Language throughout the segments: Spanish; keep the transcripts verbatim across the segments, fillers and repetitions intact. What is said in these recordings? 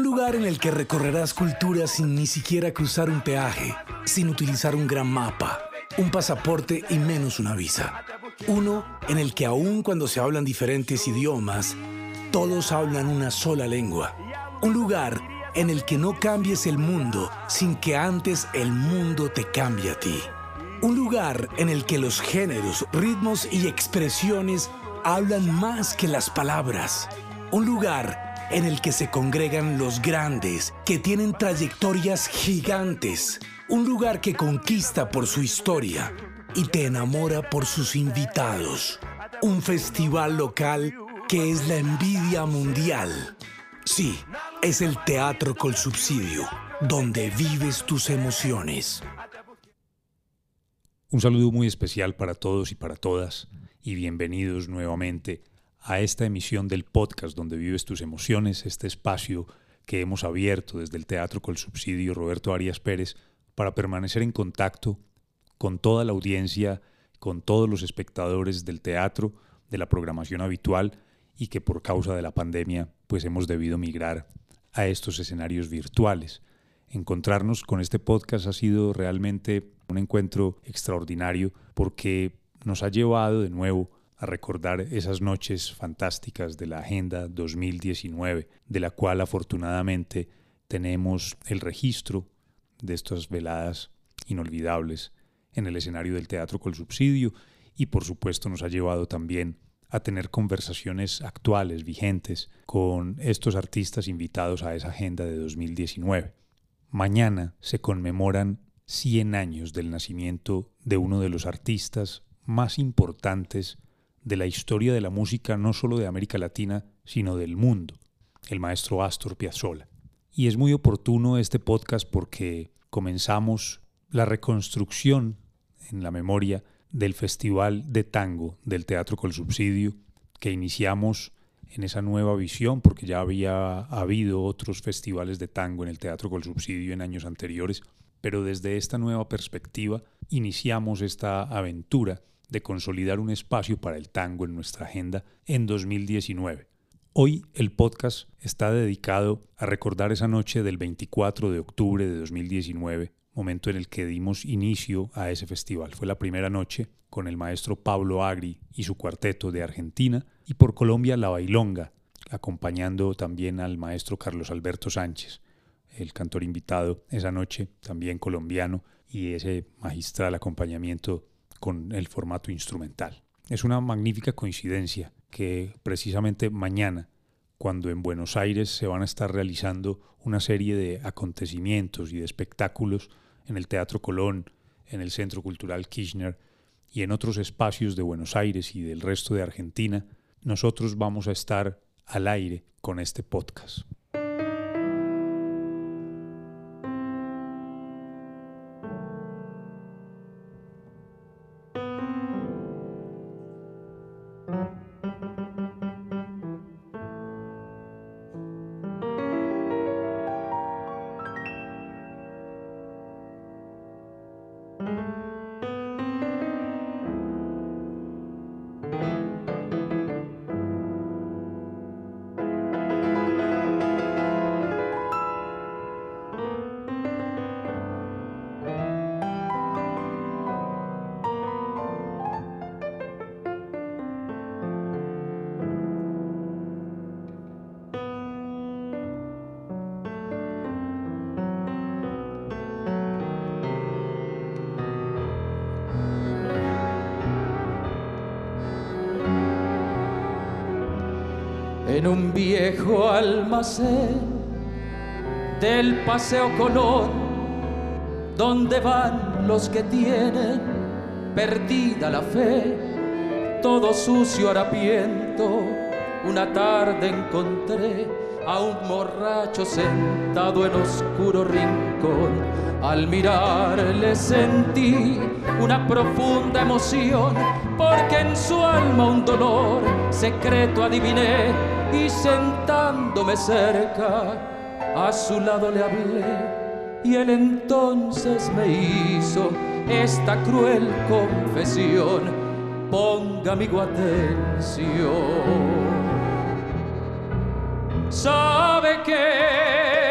lugar en el que recorrerás culturas sin ni siquiera cruzar un peaje, sin utilizar un gran mapa, un pasaporte y menos una visa. Uno en el que aun cuando se hablan diferentes idiomas, todos hablan una sola lengua. Un lugar en el que no cambies el mundo sin que antes el mundo te cambie a ti. Un lugar en el que los géneros, ritmos y expresiones hablan más que las palabras. Un lugar en el que se congregan los grandes, que tienen trayectorias gigantes. Un lugar que conquista por su historia y te enamora por sus invitados. Un festival local que es la envidia mundial. Sí, es el Teatro Colsubsidio, donde vives tus emociones. Un saludo muy especial para todos y para todas y bienvenidos nuevamente a esta emisión del podcast donde vives tus emociones, este espacio que hemos abierto desde el Teatro Colsubsidio Roberto Arias Pérez para permanecer en contacto con toda la audiencia, con todos los espectadores del teatro, de la programación habitual y que por causa de la pandemia pues hemos debido migrar a estos escenarios virtuales. Encontrarnos con este podcast ha sido realmente un encuentro extraordinario porque nos ha llevado de nuevo a recordar esas noches fantásticas de la Agenda dos mil diecinueve, de la cual afortunadamente tenemos el registro de estas veladas inolvidables en el escenario del Teatro Colsubsidio y por supuesto nos ha llevado también a tener conversaciones actuales, vigentes, con estos artistas invitados a esa Agenda de dos mil diecinueve. Mañana se conmemoran cien años del nacimiento de uno de los artistas más importantes de la historia de la música, no solo de América Latina, sino del mundo, el maestro Astor Piazzolla. Y es muy oportuno este podcast porque comenzamos la reconstrucción en la memoria del Festival de Tango del Teatro Colsubsidio, que iniciamos en esa nueva visión, porque ya había habido otros festivales de tango en el Teatro Colsubsidio en años anteriores, pero desde esta nueva perspectiva iniciamos esta aventura de consolidar un espacio para el tango en nuestra agenda en dos mil diecinueve. Hoy el podcast está dedicado a recordar esa noche del veinticuatro de octubre de dos mil diecinueve, momento en el que dimos inicio a ese festival. Fue la primera noche con el maestro Pablo Agri y su cuarteto de Argentina, y por Colombia La Bailonga, acompañando también al maestro Carlos Alberto Sánchez, el cantor invitado esa noche, también colombiano, y ese magistral acompañamiento con el formato instrumental. Es una magnífica coincidencia que precisamente mañana, cuando en Buenos Aires se van a estar realizando una serie de acontecimientos y de espectáculos en el Teatro Colón, en el Centro Cultural Kirchner y en otros espacios de Buenos Aires y del resto de Argentina, nosotros vamos a estar al aire con este podcast. En un viejo almacén del Paseo Colón, donde van los que tienen perdida la fe, todo sucio harapiento, una tarde encontré a un borracho sentado en oscuro rincón. Al mirarle sentí una profunda emoción, porque en su alma un dolor secreto adiviné, y sentándome cerca a su lado le hablé, y él entonces me hizo esta cruel confesión: ponga amigo atención. Sabe que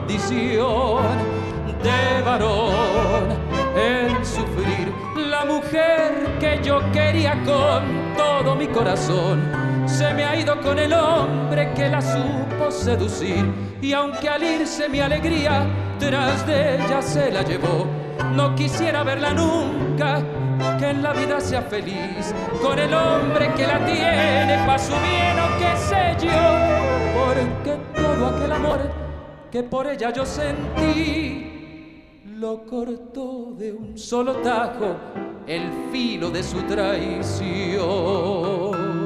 condición de varón, el sufrir. La mujer que yo quería con todo mi corazón se me ha ido con el hombre que la supo seducir, y aunque al irse mi alegría tras de ella se la llevó, no quisiera verla nunca, que en la vida sea feliz con el hombre que la tiene pa' su bien o qué sé yo, porque todo aquel amor que por ella yo sentí lo cortó de un solo tajo el filo de su traición.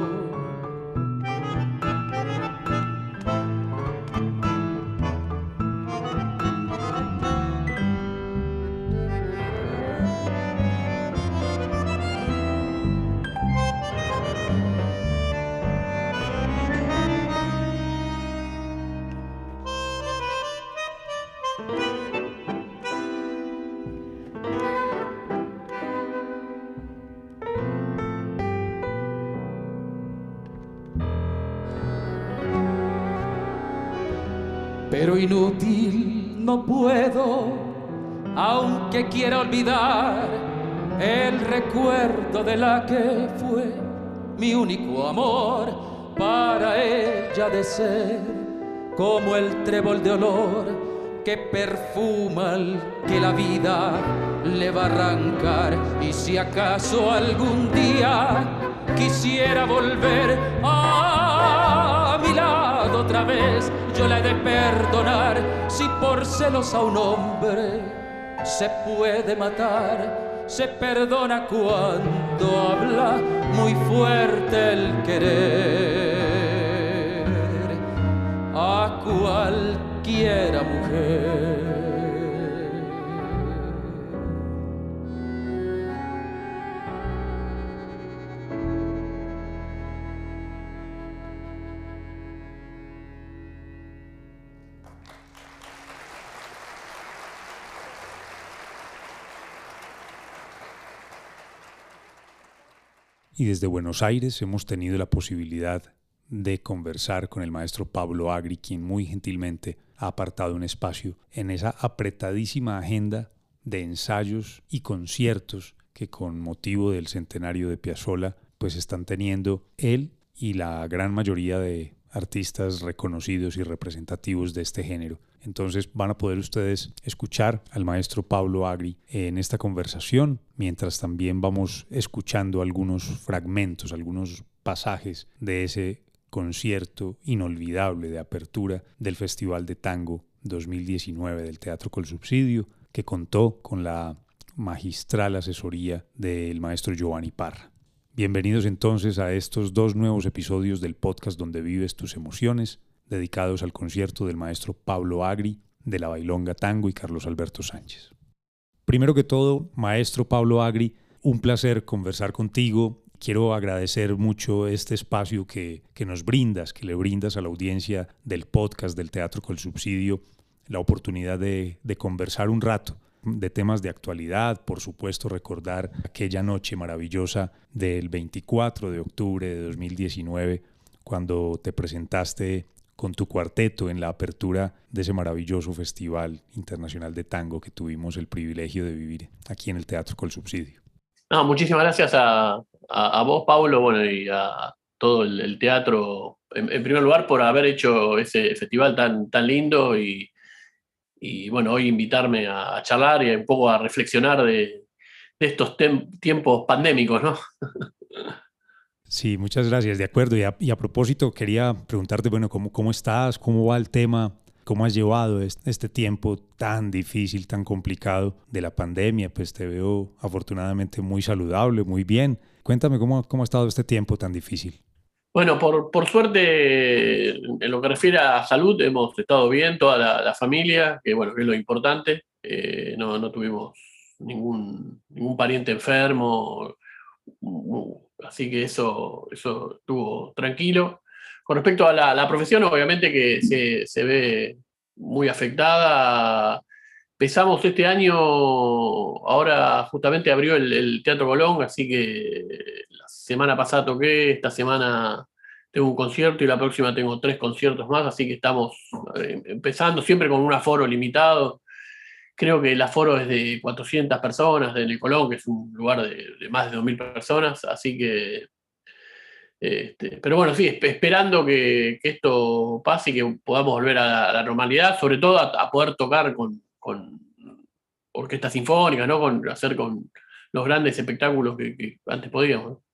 Pero inútil, no puedo, aunque quiera olvidar el recuerdo de la que fue mi único amor. Para ella de ser como el trébol de olor que perfuma al que la vida le va a arrancar. Y si acaso algún día quisiera volver a mi lado otra vez, yo la he de perdonar. Si por celos a un hombre se puede matar, se perdona cuando habla muy fuerte el querer a cualquiera mujer. Y desde Buenos Aires hemos tenido la posibilidad de conversar con el maestro Pablo Agri, quien muy gentilmente ha apartado un espacio en esa apretadísima agenda de ensayos y conciertos que con motivo del centenario de Piazzolla pues están teniendo él y la gran mayoría de artistas reconocidos y representativos de este género. Entonces van a poder ustedes escuchar al maestro Pablo Agri en esta conversación, mientras también vamos escuchando algunos fragmentos, algunos pasajes de ese concierto inolvidable de apertura del Festival de Tango dos mil diecinueve del Teatro Colsubsidio, que contó con la magistral asesoría del maestro Giovanni Parra. Bienvenidos entonces a estos dos nuevos episodios del podcast Donde Vives Tus Emociones, dedicados al concierto del maestro Pablo Agri, de la Bailonga Tango y Carlos Alberto Sánchez. Primero que todo, maestro Pablo Agri, un placer conversar contigo. Quiero agradecer mucho este espacio que, que nos brindas, que le brindas a la audiencia del podcast del Teatro Colsubsidio, la oportunidad de, de conversar un rato de temas de actualidad, por supuesto recordar aquella noche maravillosa del veinticuatro de octubre de dos mil diecinueve, cuando te presentaste con tu cuarteto en la apertura de ese maravilloso Festival Internacional de Tango que tuvimos el privilegio de vivir aquí en el Teatro Colsubsidio. No, muchísimas gracias a, a, a vos, Pablo, bueno, y a todo el, el teatro, en, en primer lugar, por haber hecho ese festival tan, tan lindo y, y, bueno, hoy invitarme a, a charlar y un poco a reflexionar de, de estos tem- tiempos pandémicos, ¿no? Sí, muchas gracias, de acuerdo. Y a, y a propósito, quería preguntarte, bueno, ¿cómo, cómo estás? ¿Cómo va el tema? ¿Cómo has llevado este, este tiempo tan difícil, tan complicado de la pandemia? Pues te veo afortunadamente muy saludable, muy bien. Cuéntame cómo, cómo ha estado este tiempo tan difícil. Bueno, por, por suerte, en lo que refiere a salud, hemos estado bien, toda la, la familia, que bueno, que es lo importante. Eh, no, no tuvimos ningún, ningún pariente enfermo, así que eso, eso estuvo tranquilo. Con respecto a la, la profesión, obviamente que se, se ve muy afectada. Empezamos este año, ahora justamente abrió el, el Teatro Colón, así que la semana pasada toqué, esta semana tengo un concierto y la próxima tengo tres conciertos más, así que estamos eh, empezando siempre con un aforo limitado. Creo que el aforo es de cuatrocientas personas en el Colón, que es un lugar de, de más de dos mil personas, así que... Este, pero bueno, sí, esperando que, que esto pase y que podamos volver a la, a la normalidad, sobre todo a, a poder tocar con, con orquestas sinfónicas, ¿no? Con, hacer con los grandes espectáculos que, que antes podíamos, ¿no?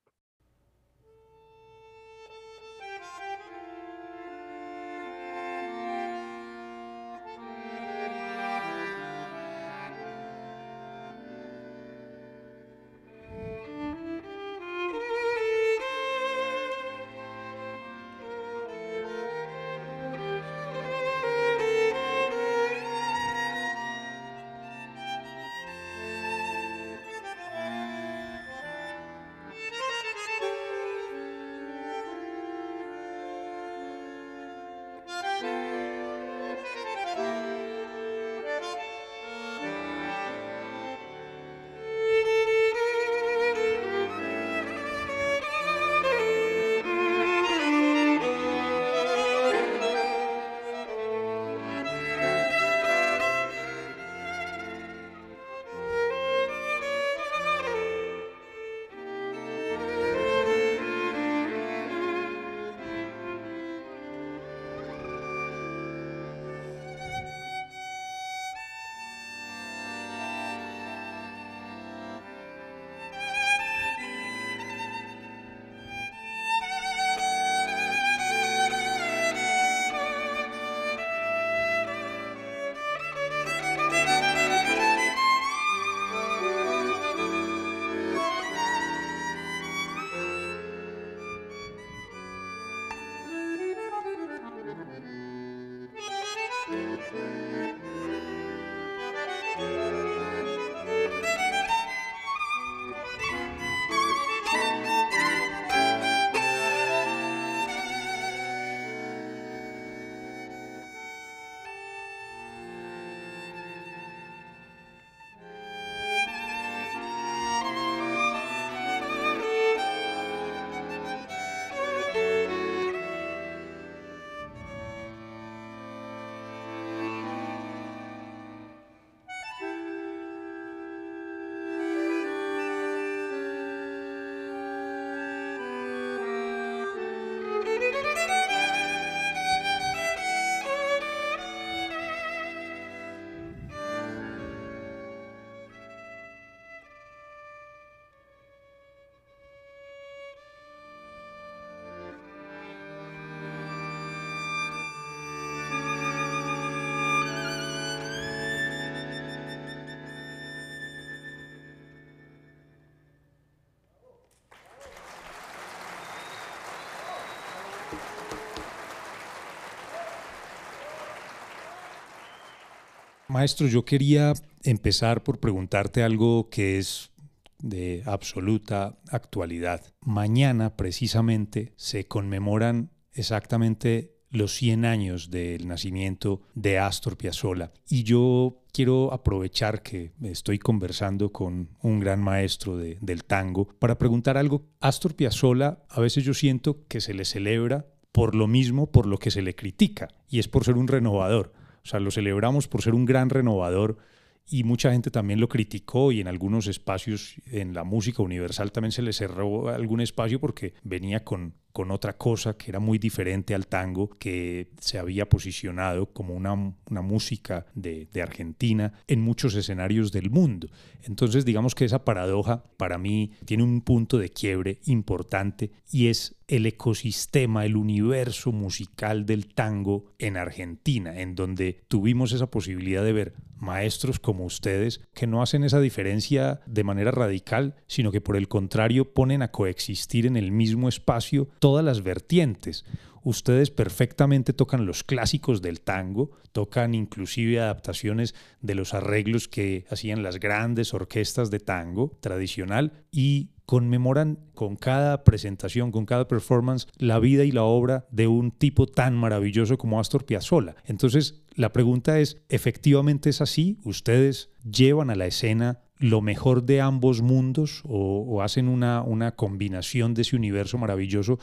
Maestro, yo quería empezar por preguntarte algo que es de absoluta actualidad. Mañana, precisamente, se conmemoran exactamente los cien años del nacimiento de Astor Piazzolla. Y yo quiero aprovechar que estoy conversando con un gran maestro de, del tango para preguntar algo. Astor Piazzolla, a veces yo siento que se le celebra por lo mismo por lo que se le critica, y es por ser un renovador. O sea, lo celebramos por ser un gran renovador y mucha gente también lo criticó, y en algunos espacios en la música universal también se le cerró algún espacio porque venía con, con otra cosa que era muy diferente al tango, que se había posicionado como una, una música de, de Argentina en muchos escenarios del mundo. Entonces, digamos que esa paradoja para mí tiene un punto de quiebre importante, y es el ecosistema, el universo musical del tango en Argentina, en donde tuvimos esa posibilidad de ver maestros como ustedes que no hacen esa diferencia de manera radical, sino que por el contrario ponen a coexistir en el mismo espacio todas las vertientes. Ustedes perfectamente tocan los clásicos del tango, tocan inclusive adaptaciones de los arreglos que hacían las grandes orquestas de tango tradicional, y conmemoran con cada presentación, con cada performance, la vida y la obra de un tipo tan maravilloso como Astor Piazzolla. Entonces, la pregunta es, ¿efectivamente es así? ¿Ustedes llevan a la escena lo mejor de ambos mundos o, o hacen una, una combinación de ese universo maravilloso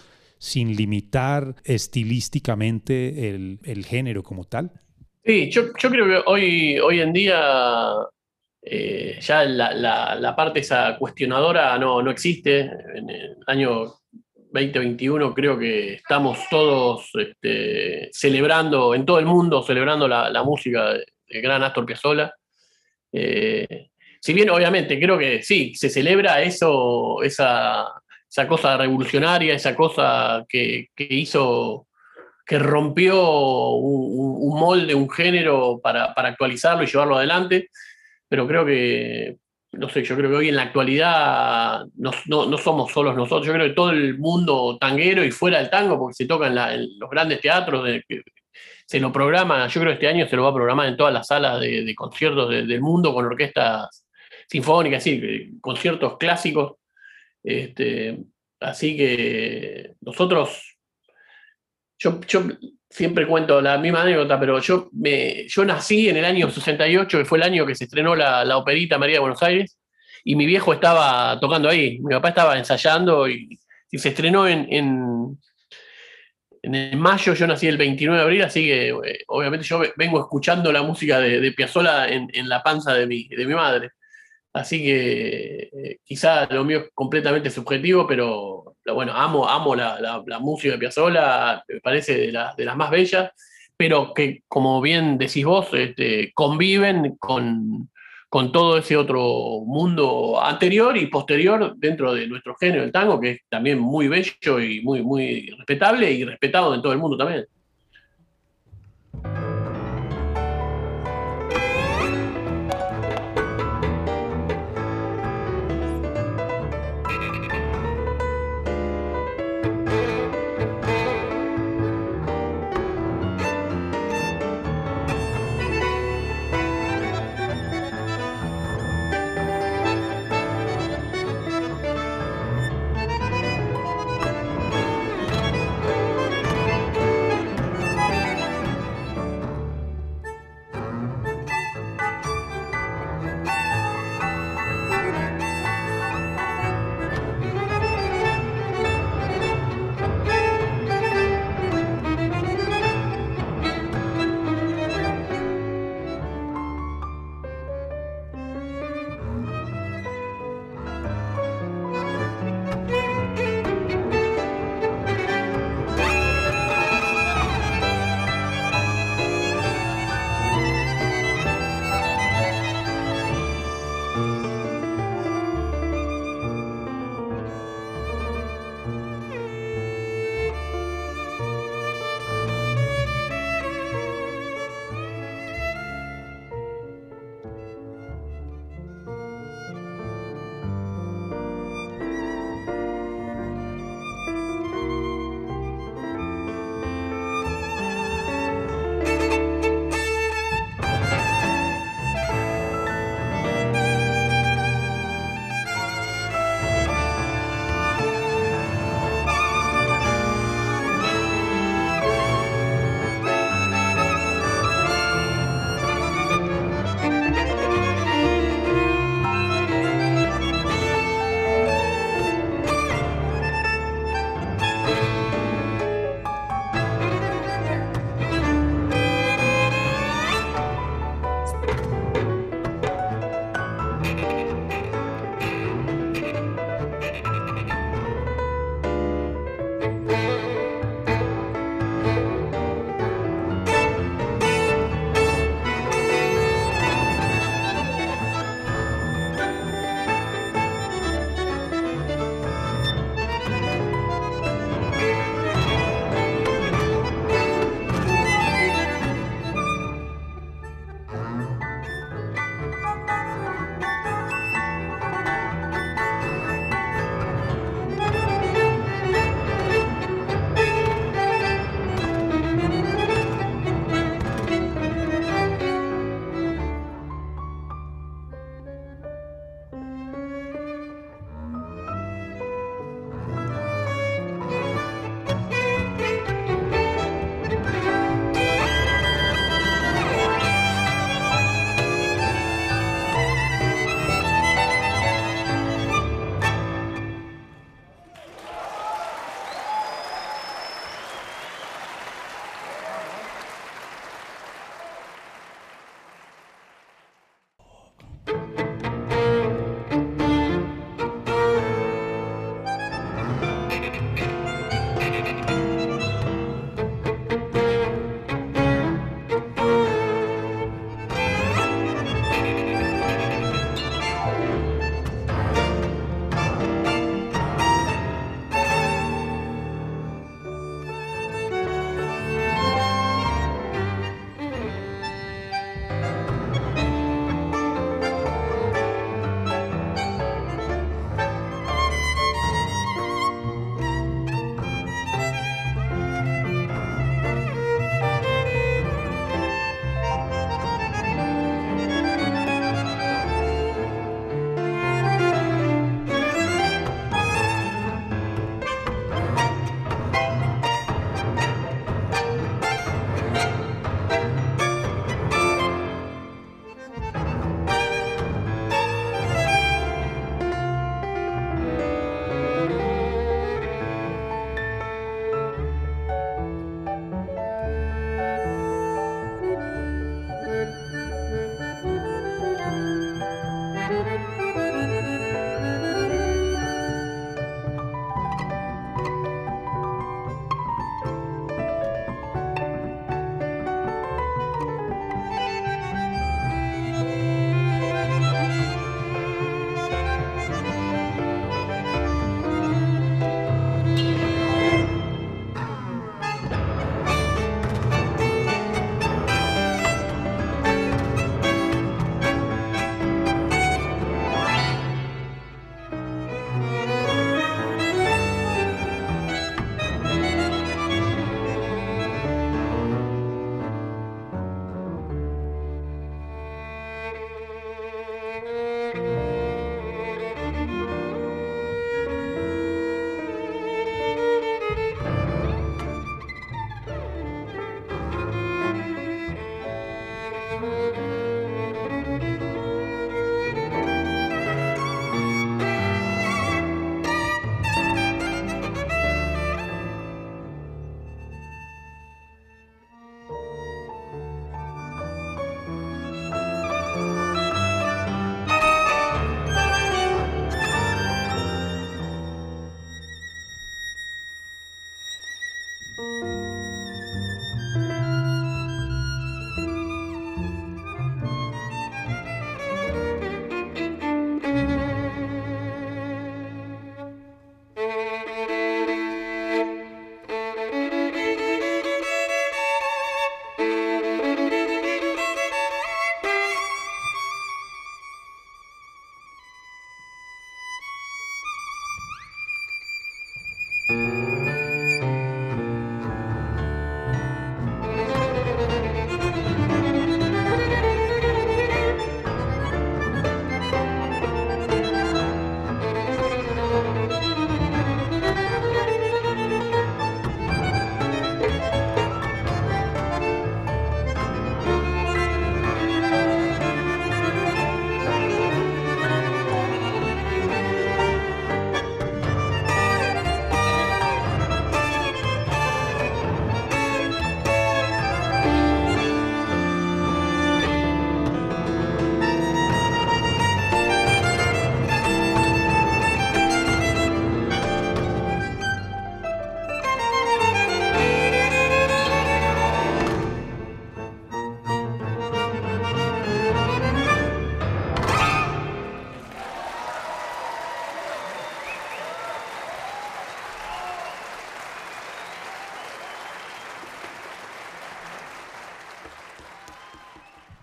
sin limitar estilísticamente el, el género como tal? Sí, yo, yo creo que hoy, hoy en día eh, ya la, la, la parte esa cuestionadora no, no existe. En el año veinte veintiuno creo que estamos todos este, celebrando, en todo el mundo, celebrando la, la música del gran Astor Piazzolla. Eh, si bien obviamente creo que sí, se celebra eso, esa, esa cosa revolucionaria, esa cosa que, que hizo, que rompió un, un molde, un género para, para actualizarlo y llevarlo adelante, pero creo que, no sé, yo creo que hoy en la actualidad no, no, no somos solos nosotros, yo creo que todo el mundo tanguero y fuera del tango, porque se toca en, la, en los grandes teatros, de, que se lo programa, yo creo que este año se lo va a programar en todas las salas de, de conciertos de, del mundo con orquestas sinfónicas, sí, conciertos clásicos. Este, así que nosotros, yo, yo siempre cuento la misma anécdota, pero yo, me, yo nací en el año sesenta y ocho, que fue el año que se estrenó la, la operita María de Buenos Aires, y mi viejo estaba tocando ahí, mi papá estaba ensayando, y, y se estrenó en, en, en mayo, yo nací el veintinueve de abril, así que eh, obviamente yo vengo escuchando la música de, de Piazzolla en, en la panza de mi, de mi madre. Así que eh, quizá lo mío es completamente subjetivo, pero bueno, amo, amo la, la, la música de Piazzolla, me parece de, la, de las más bellas, pero que, como bien decís vos, este, conviven con, con todo ese otro mundo anterior y posterior dentro de nuestro género, el tango, que es también muy bello y muy, muy respetable y respetado en todo el mundo también.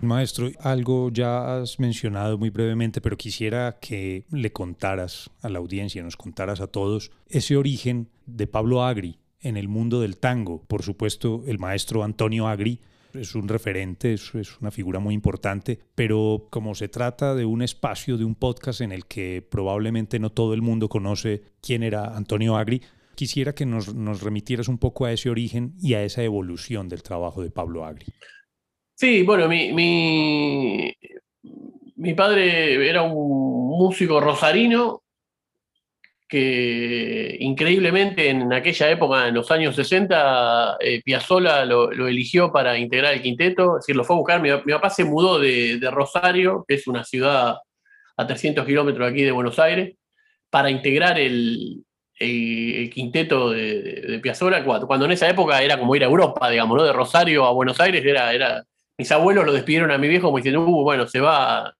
Maestro, algo ya has mencionado muy brevemente, pero quisiera que le contaras a la audiencia, nos contaras a todos ese origen de Pablo Agri en el mundo del tango. Por supuesto, el maestro Antonio Agri es un referente, es, es una figura muy importante, pero como se trata de un espacio, de un podcast en el que probablemente no todo el mundo conoce quién era Antonio Agri, quisiera que nos, nos remitieras un poco a ese origen y a esa evolución del trabajo de Pablo Agri. Sí, bueno, mi, mi, mi padre era un músico rosarino que increíblemente en aquella época, en los años sesenta, eh, Piazzolla lo, lo eligió para integrar el quinteto, es decir, lo fue a buscar. Mi, mi papá se mudó de, de Rosario, que es una ciudad a trescientos kilómetros aquí de Buenos Aires, para integrar el, el, el quinteto de, de, de Piazzolla, cuando, cuando en esa época era como ir a Europa, digamos, ¿no? De Rosario a Buenos Aires era... era mis abuelos lo despidieron a mi viejo como diciendo, uh, bueno, se va.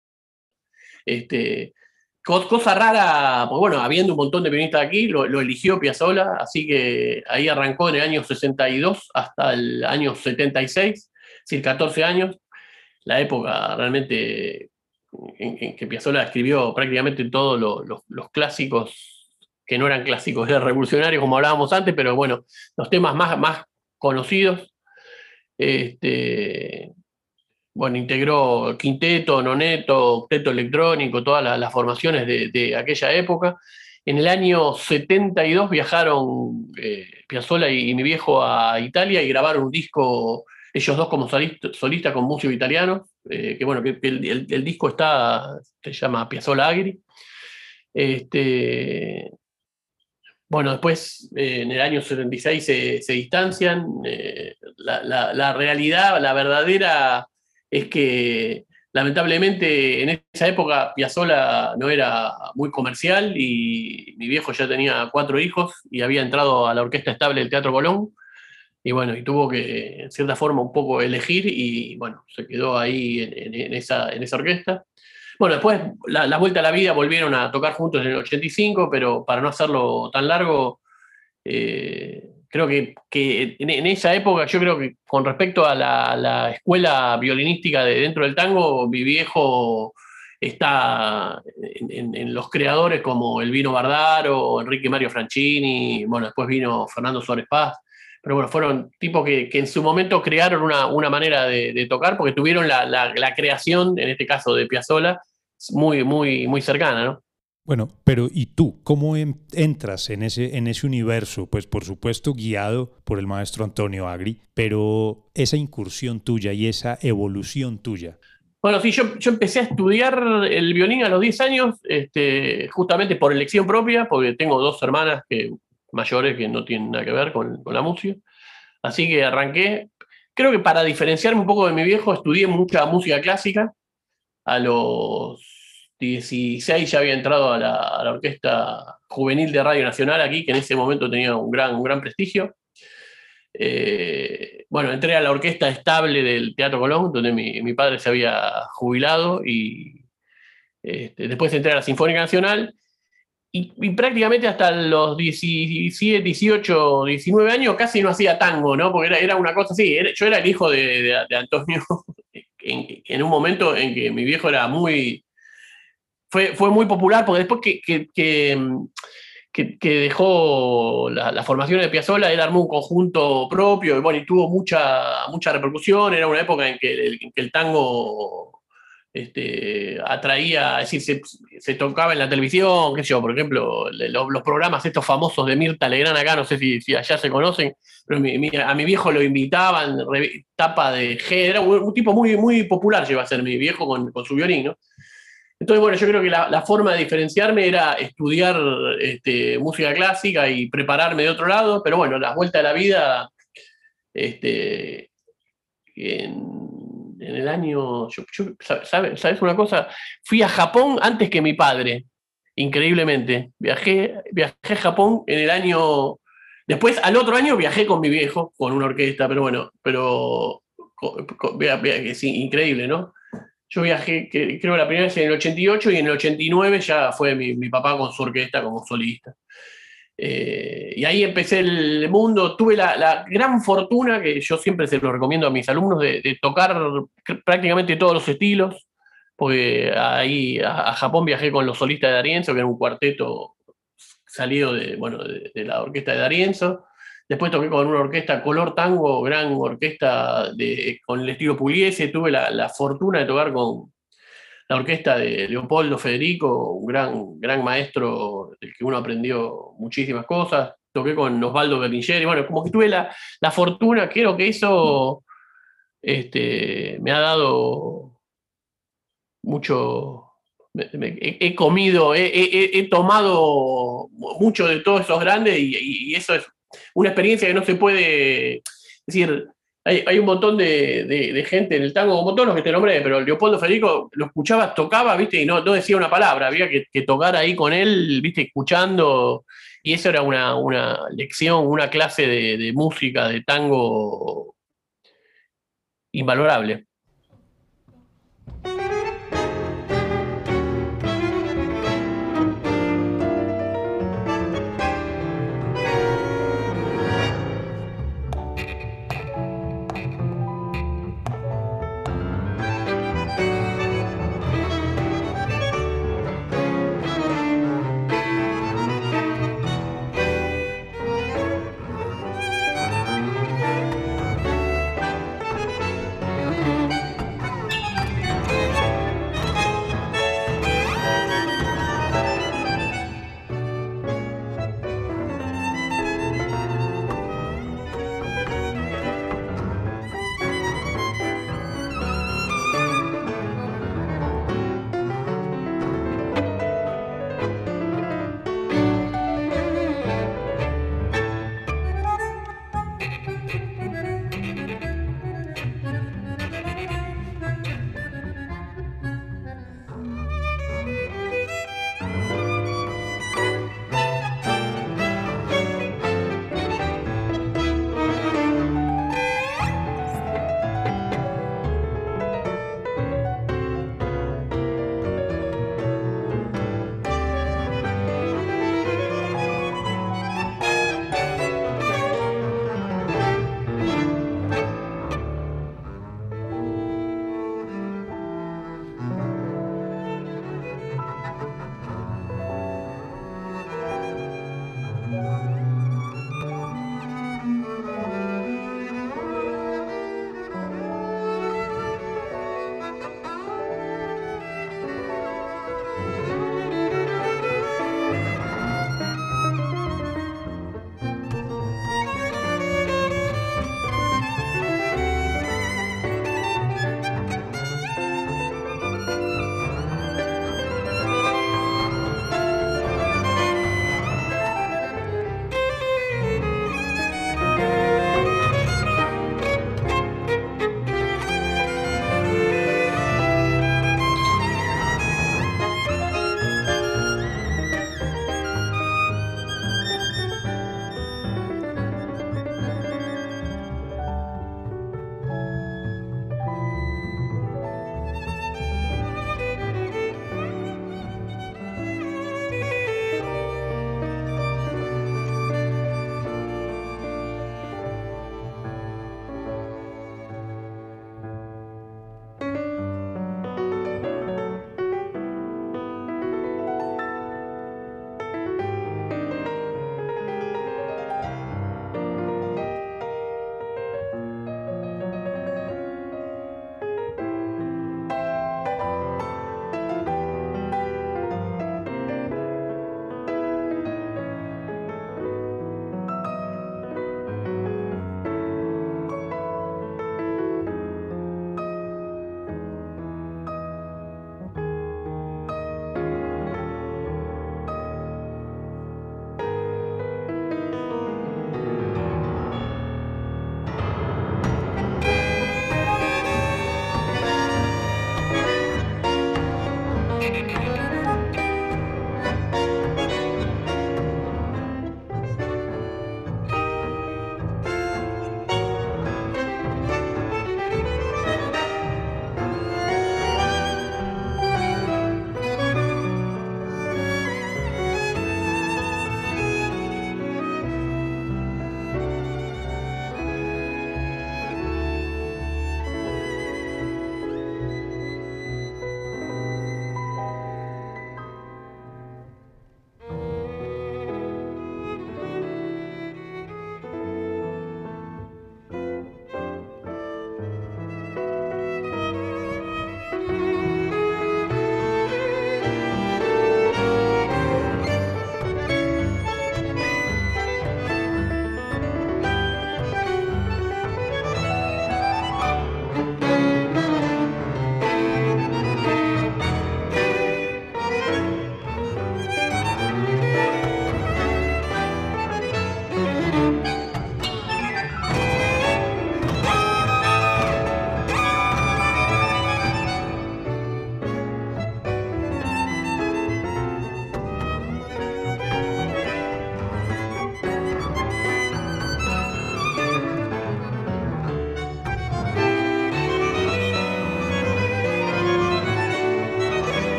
Este, cosa rara, pues bueno, habiendo un montón de pianistas aquí, lo, lo eligió Piazzolla, así que ahí arrancó en el año sesenta y dos hasta el año setenta y seis, es decir, catorce años, la época realmente en, en que Piazzolla escribió prácticamente todos los, los, los clásicos, que no eran clásicos, eran revolucionarios como hablábamos antes, pero bueno, los temas más, más conocidos. Este, bueno, integró quinteto, noneto, octeto electrónico, todas las, las formaciones de, de aquella época. En el año setenta y dos viajaron eh, Piazzolla y, y mi viejo a Italia y grabaron un disco, ellos dos como solistas solista con músicos italianos, eh, que bueno, que el, el, el disco está, se llama Piazzolla Agri. Este, Bueno, después eh, en el año setenta y seis se, se distancian. Eh, la, la, la realidad, la verdadera, es que lamentablemente en esa época Piazzolla no era muy comercial y mi viejo ya tenía cuatro hijos y había entrado a la orquesta estable del Teatro Colón. Y bueno, y tuvo que, en cierta forma, un poco elegir y bueno, se quedó ahí en, en, en, esa, en esa orquesta. Bueno, después, la, la vuelta a la vida, volvieron a tocar juntos en el ochenta y cinco, pero para no hacerlo tan largo, eh, creo que, que en, en esa época, yo creo que con respecto a la, la escuela violinística de dentro del tango, mi viejo está en, en, en los creadores como Elvino Bardaro, Enrique Mario Franchini, bueno, después vino Fernando Suárez Paz, pero bueno, fueron tipos que, que en su momento crearon una, una manera de, de tocar porque tuvieron la, la, la creación, en este caso de Piazzolla, muy, muy, muy cercana, ¿no? Bueno, pero ¿y tú? ¿Cómo en, entras en ese, en ese universo? Pues por supuesto guiado por el maestro Antonio Agri, pero esa incursión tuya y esa evolución tuya. Bueno, sí, yo, yo empecé a estudiar el violín a los diez años, este, justamente por elección propia, porque tengo dos hermanas que, mayores que no tienen nada que ver con, con la música. Así que arranqué, creo que para diferenciarme un poco de mi viejo, estudié mucha música clásica. A los dieciséis ya había entrado a la, a la Orquesta Juvenil de Radio Nacional aquí, que en ese momento tenía un gran, un gran prestigio. Eh, bueno, entré a la orquesta estable del Teatro Colón, donde mi, mi padre se había jubilado, y este, después entré a la Sinfónica Nacional, y, y prácticamente hasta los diecisiete, dieciocho, diecinueve años casi no hacía tango, ¿no? Porque era, era una cosa así, era, yo era el hijo de, de, de Antonio, en, en un momento en que mi viejo era muy... Fue, fue muy popular, porque después que... que, que Que, que dejó la, la formación de Piazzolla, él armó un conjunto propio y, bueno, y tuvo mucha, mucha repercusión. Era una época en que el, en que el tango este, atraía, es decir, se, se tocaba en la televisión, qué sé yo, por ejemplo, los, los programas estos famosos de Mirta Legrand acá, no sé si, si allá se conocen, pero mi, mi, a mi viejo lo invitaban, re, tapa de G, era un, un tipo muy, muy popular, lleva a ser mi viejo con, con su violín, ¿no? Entonces, bueno, yo creo que la, la forma de diferenciarme era estudiar este, música clásica y prepararme de otro lado, pero bueno, la vuelta de la vida, este, en, en el año, yo, yo, ¿sabes, ¿sabes una cosa? Fui a Japón antes que mi padre, increíblemente. Viajé, viajé a Japón en el año, después al otro año viajé con mi viejo, con una orquesta, pero bueno, pero, sí, increíble, ¿no? Yo viajé, que, creo, la primera vez en el ochenta y ocho y en el ochenta y nueve ya fue mi, mi papá con su orquesta como solista. Eh, y ahí empecé el mundo. Tuve la, la gran fortuna, que yo siempre se lo recomiendo a mis alumnos, de, de tocar prácticamente todos los estilos, porque ahí a, a Japón viajé con los solistas de D'Arienzo, que era un cuarteto salido de, bueno, de, de la orquesta de D'Arienzo. Después toqué con una orquesta Color Tango, gran orquesta de, con el estilo Pugliese. Tuve la, la fortuna de tocar con la orquesta de Leopoldo Federico, un gran, gran maestro del que uno aprendió muchísimas cosas. Toqué con Osvaldo Berlingeri. Bueno, como que tuve la, la fortuna, creo que eso este, me ha dado mucho. Me, me, he, he comido, he, he, he tomado mucho de todos esos grandes y, y eso es una experiencia que no se puede. Es decir, hay, hay un montón de, de, de gente en el tango, como todos los que te nombré, pero Leopoldo Federico lo escuchaba, tocaba, ¿viste? Y no, no decía una palabra, había que, que tocar ahí con él, ¿viste? Escuchando, y eso era una, una lección, una clase de, de música, de tango invalorable.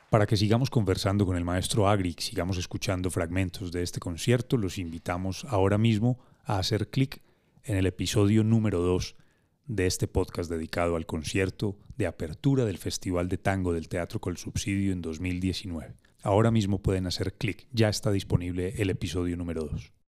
Para que sigamos conversando con el maestro Agri y sigamos escuchando fragmentos de este concierto, los invitamos ahora mismo a hacer clic en el episodio número dos de este podcast dedicado al concierto de apertura del Festival de Tango del Teatro Colsubsidio en dos mil diecinueve. Ahora mismo pueden hacer clic, ya está disponible el episodio número dos.